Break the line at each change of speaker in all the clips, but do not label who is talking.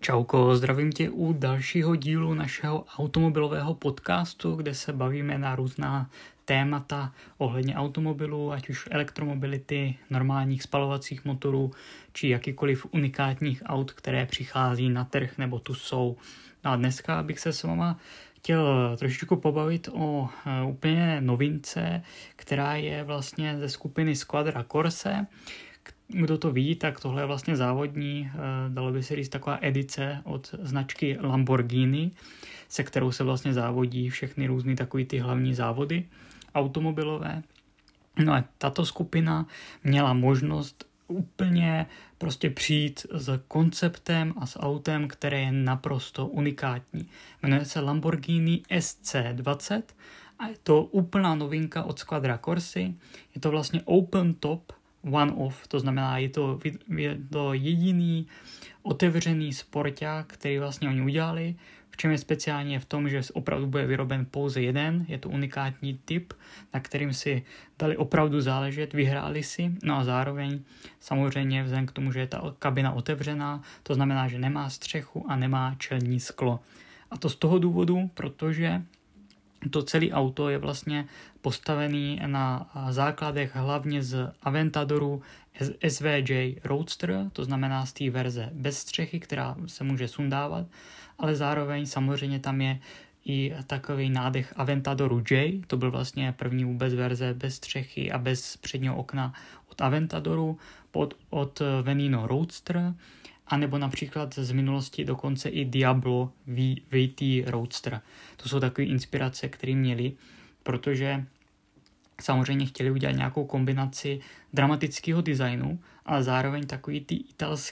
Čauko, zdravím tě u dalšího dílu našeho automobilového podcastu, kde se bavíme na různá témata ohledně automobilů, ať už elektromobility, normálních spalovacích motorů, či jakýkoliv unikátních aut, které přichází na trh nebo tu jsou. A dneska bych se s váma chtěl trošičku pobavit o úplně novince, která je vlastně ze skupiny Squadra Corse. Kdo to ví, tak tohle je vlastně závodní, dalo by se říct taková edice od značky Lamborghini, se kterou se vlastně závodí všechny různý takový ty hlavní závody automobilové. No a tato skupina měla možnost úplně prostě přijít s konceptem a s autem, které je naprosto unikátní. Jmenuje se Lamborghini SC20 a je to úplná novinka od Squadra Corse. Je to vlastně open top one-off, to znamená, je to jediný otevřený sporták, který vlastně oni udělali, v čem je speciálně v tom, že opravdu bude vyroben pouze jeden, je to unikátní typ, na kterým si dali opravdu záležet, vyhráli si, no a zároveň samozřejmě vzhledem k tomu, že je ta kabina otevřená, to znamená, že nemá střechu a nemá čelní sklo. A to z toho důvodu, protože to celé auto je vlastně postavený na základech hlavně z Aventadoru SVJ Roadster, to znamená z té verze bez střechy, která se může sundávat, ale zároveň samozřejmě tam je i takový nádech Aventadoru J, to byl vlastně první vůbec verze bez střechy a bez předního okna od Aventadoru, od Veneno Roadster, anebo například z minulosti dokonce i Diablo VT Roadster. To jsou takové inspirace, které měli, protože samozřejmě chtěli udělat nějakou kombinaci dramatického designu, ale zároveň takový ty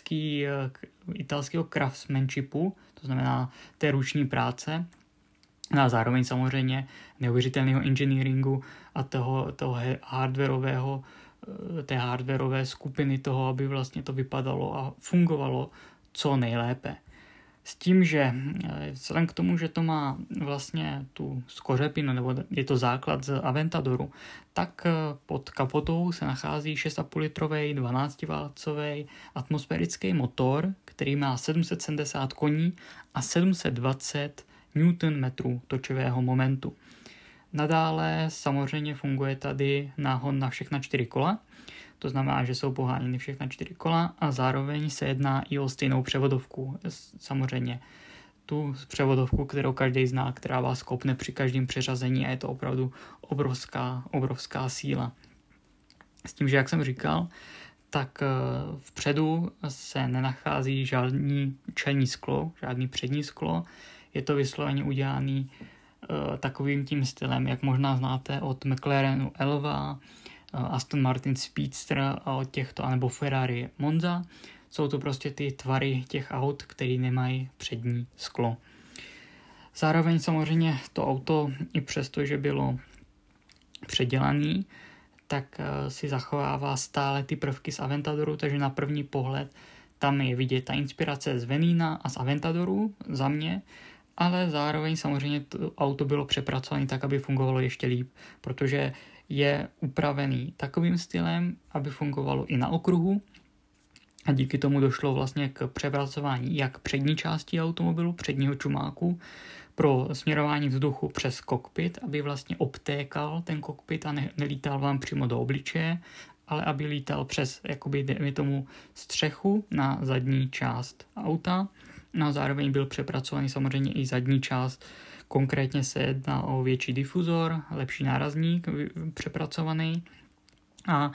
italského craftsmanshipu, to znamená té ruční práce, a zároveň samozřejmě neuvěřitelného engineeringu a té hardwareové skupiny toho, aby vlastně to vypadalo a fungovalo co nejlépe. S tím, že vzhledem k tomu, že to má vlastně tu skořepinu, nebo je to základ z Aventadoru, tak pod kapotou se nachází 6,5 litrový 12V atmosférický motor, který má 770 koní a 720 Nm točivého momentu. Nadále samozřejmě funguje tady náhon na všechna 4 kola, to znamená, že jsou poháněny všechna 4 kola a zároveň se jedná i o stejnou převodovku. Samozřejmě tu převodovku, kterou každý zná, která vás kopne při každém přeřazení a je to opravdu obrovská síla. S tím, že jak jsem říkal, tak vpředu se nenachází žádný čelní sklo, žádný přední sklo, je to vysloveně udělaný takovým tím stylem, jak možná znáte od McLarenu Elva, Aston Martin Speedster a od těchto, anebo Ferrari Monza. Jsou to prostě ty tvary těch aut, které nemají přední sklo. Zároveň samozřejmě to auto, i přesto, že bylo předělané, tak si zachovává stále ty prvky z Aventadoru, takže na první pohled tam je vidět ta inspirace z Venena a z Aventadoru za mě, ale zároveň samozřejmě to auto bylo přepracované tak, aby fungovalo ještě líp, protože je upravený takovým stylem, aby fungovalo i na okruhu a díky tomu došlo vlastně k přepracování jak přední části automobilu, předního čumáku, pro směrování vzduchu přes kokpit, aby vlastně obtékal ten kokpit a nelítal vám přímo do obličeje, ale aby lítal přes jakoby dejme tomu střechu na zadní část auta. No a zároveň byl přepracovaný samozřejmě i zadní část. Konkrétně se jedná o větší difuzor, lepší nárazník přepracovaný a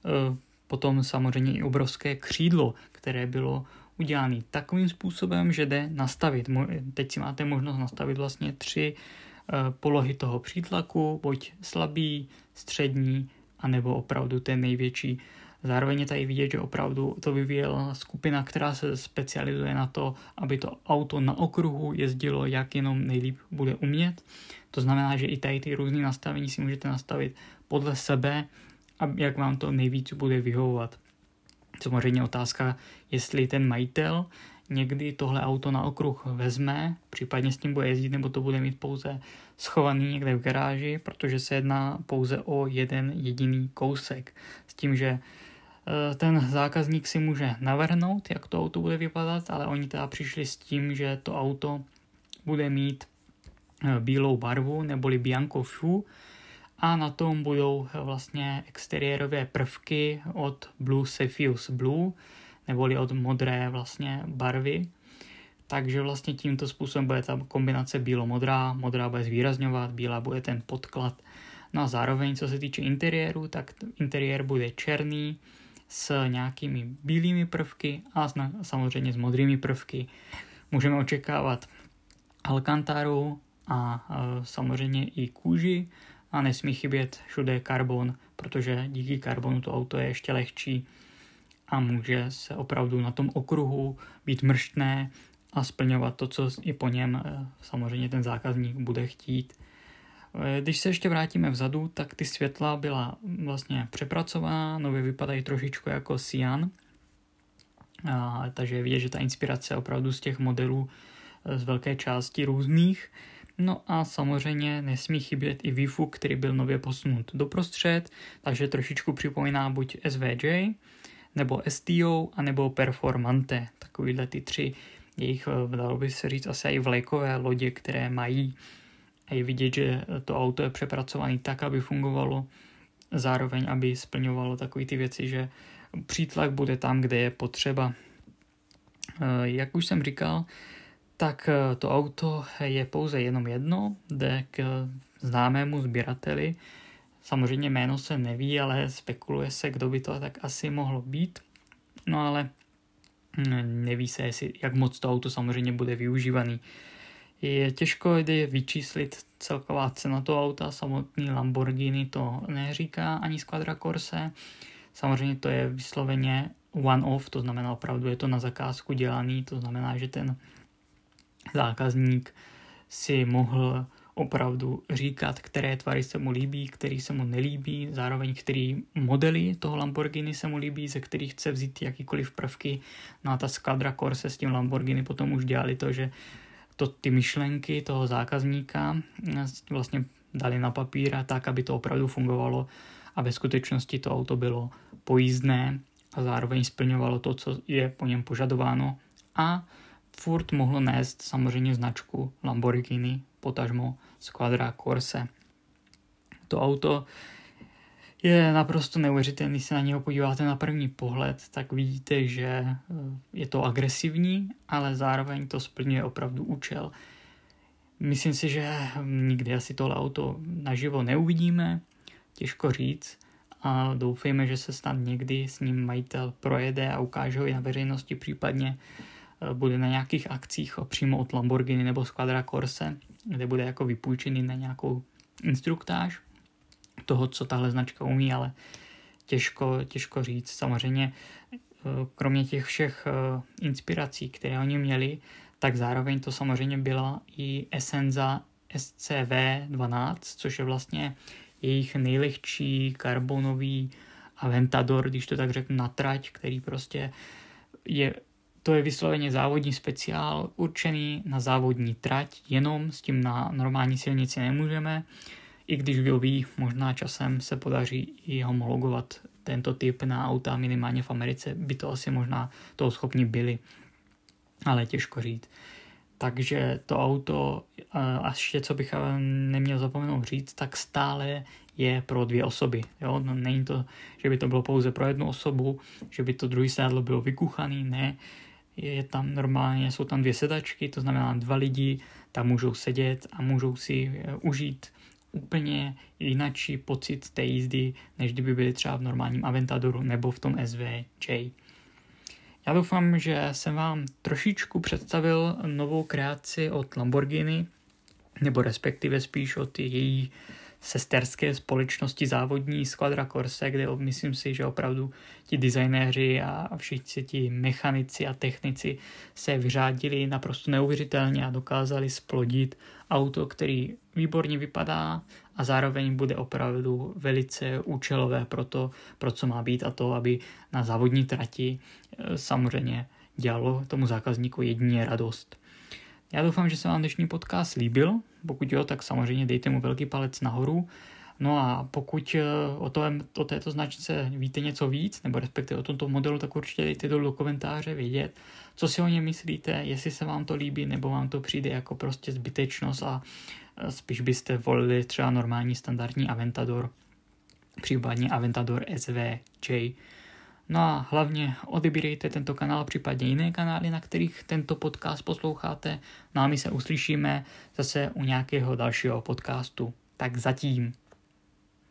potom samozřejmě i obrovské křídlo, které bylo udělané takovým způsobem, že jde nastavit. Teď si máte možnost nastavit vlastně 3 polohy toho přítlaku, buď slabý, střední, anebo opravdu ten největší. Zároveň je tady vidět, že opravdu to vyvíjela skupina, která se specializuje na to, aby to auto na okruhu jezdilo, jak jenom nejlíp bude umět. To znamená, že i tady ty různé nastavení si můžete nastavit podle sebe, a jak vám to nejvíc bude vyhovovat. Samozřejmě otázka, jestli ten majitel někdy tohle auto na okruh vezme, případně s tím bude jezdit, nebo to bude mít pouze schovaný někde v garáži, protože se jedná pouze o jeden jediný kousek. S tím, že Ten zákazník si může navrhnout, jak to auto bude vypadat, ale oni teda přišli s tím, že to auto bude mít bílou barvu neboli bianco shoe a na tom budou vlastně exteriérové prvky od Blue Cepheus Blue neboli od modré vlastně barvy. Takže vlastně tímto způsobem bude ta kombinace bílo-modrá, modrá bude zvýrazňovat, bílá bude ten podklad. No a zároveň, co se týče interiéru, tak interiér bude černý s nějakými bílými prvky a samozřejmě s modrými prvky. Můžeme očekávat alcantaru a samozřejmě i kůži a nesmí chybět všude karbon, protože díky karbonu to auto je ještě lehčí a může se opravdu na tom okruhu být mrštné a splňovat to, co i po něm samozřejmě ten zákazník bude chtít. Když se ještě vrátíme vzadu, tak ty světla byla vlastně přepracovaná, nově vypadají trošičku jako cyan, takže je vidět, že ta inspirace opravdu z těch modelů z velké části různých. No a samozřejmě nesmí chybět i výfuk, který byl nově posunut doprostřed, takže trošičku připomíná buď SVJ, nebo STO, anebo Performante. Takovýhle ty tři jejich, dalo by se říct, asi i vlajkové lodě, které mají. A je vidět, že to auto je přepracované tak, aby fungovalo, zároveň aby splňovalo takové ty věci, že přítlak bude tam, kde je potřeba. Jak už jsem říkal, tak to auto je pouze jenom jedno, jde k známému sběrateli. Samozřejmě jméno se neví, ale spekuluje se, kdo by to tak asi mohlo být. No ale neví se, jak moc to auto samozřejmě bude využívaný. Je těžko vyčíslit celková cena toho auta, samotný Lamborghini to neříká ani Squadra Corse. Samozřejmě to je vysloveně one-off, to znamená opravdu je to na zakázku dělaný, to znamená, že ten zákazník si mohl opravdu říkat, které tvary se mu líbí, který se mu nelíbí, zároveň který modely toho Lamborghini se mu líbí, ze kterých chce vzít jakýkoliv prvky. No a ta Squadra Corse s tím Lamborghini potom už dělali to, že ty myšlenky toho zákazníka vlastně dali na papír a tak, aby to opravdu fungovalo a ve skutečnosti to auto bylo pojízdné a zároveň splňovalo to, co je po něm požadováno a furt mohlo nést samozřejmě značku Lamborghini, potažmo Squadra Corse. To auto je naprosto neuvěřitelné, když se na něho podíváte na první pohled, tak vidíte, že je to agresivní, ale zároveň to splňuje opravdu účel. Myslím si, že nikdy asi tohle auto naživo neuvidíme, těžko říct, a doufejme, že se snad někdy s ním majitel projede a ukáže ho i na veřejnosti, případně bude na nějakých akcích přímo od Lamborghini nebo Squadra Corse, kde bude jako vypůjčený na nějakou instruktáž toho, co tahle značka umí, ale těžko říct. Samozřejmě kromě těch všech inspirací, které oni měli, tak zároveň to samozřejmě byla i Essenza SCV12, což je vlastně jejich nejlehčí karbonový Aventador, když to tak řeknu, na trať, který prostě to je vysloveně závodní speciál, určený na závodní trať, jenom s tím na normální silnici nemůžeme, i když kdo ví, možná časem se podaří i homologovat tento typ na auta, minimálně v Americe by to asi možná toho schopni byli, ale těžko říct. Takže to auto, a ještě co bych neměl zapomenout říct, tak stále je pro 2 osoby. Jo? No, není to, že by to bylo pouze pro 1 osobu, že by to druhé sedadlo bylo vykuchané, ne. Je tam normálně, jsou tam 2 sedačky, to znamená 2 lidi tam můžou sedět a můžou si užít úplně jinačí pocit té jízdy, než kdyby byli třeba v normálním Aventadoru nebo v tom SVJ. Já doufám, že jsem vám trošičku představil novou kreaci od Lamborghini, nebo respektive spíš od její sesterské společnosti závodní Squadra Corse, kde myslím si, že opravdu ti designéři a všichni ti mechanici a technici se vyřádili naprosto neuvěřitelně a dokázali splodit auto, který výborně vypadá a zároveň bude opravdu velice účelové pro to, pro co má být, a to, aby na závodní trati samozřejmě dělalo tomu zákazníku jedině radost. Já doufám, že se vám dnešní podcast líbil. Pokud jo, tak samozřejmě dejte mu velký palec nahoru. No a pokud o této značce víte něco víc, nebo respektive o tomto modelu, tak určitě dejte dolů do komentáře vědět, co si o něm myslíte, jestli se vám to líbí, nebo vám to přijde jako prostě zbytečnost a spíš byste volili třeba normální standardní Aventador, případně Aventador SVJ. No a hlavně odebírejte tento kanál, případně jiné kanály, na kterých tento podcast posloucháte. No a my se uslyšíme zase u nějakého dalšího podcastu. Tak zatím.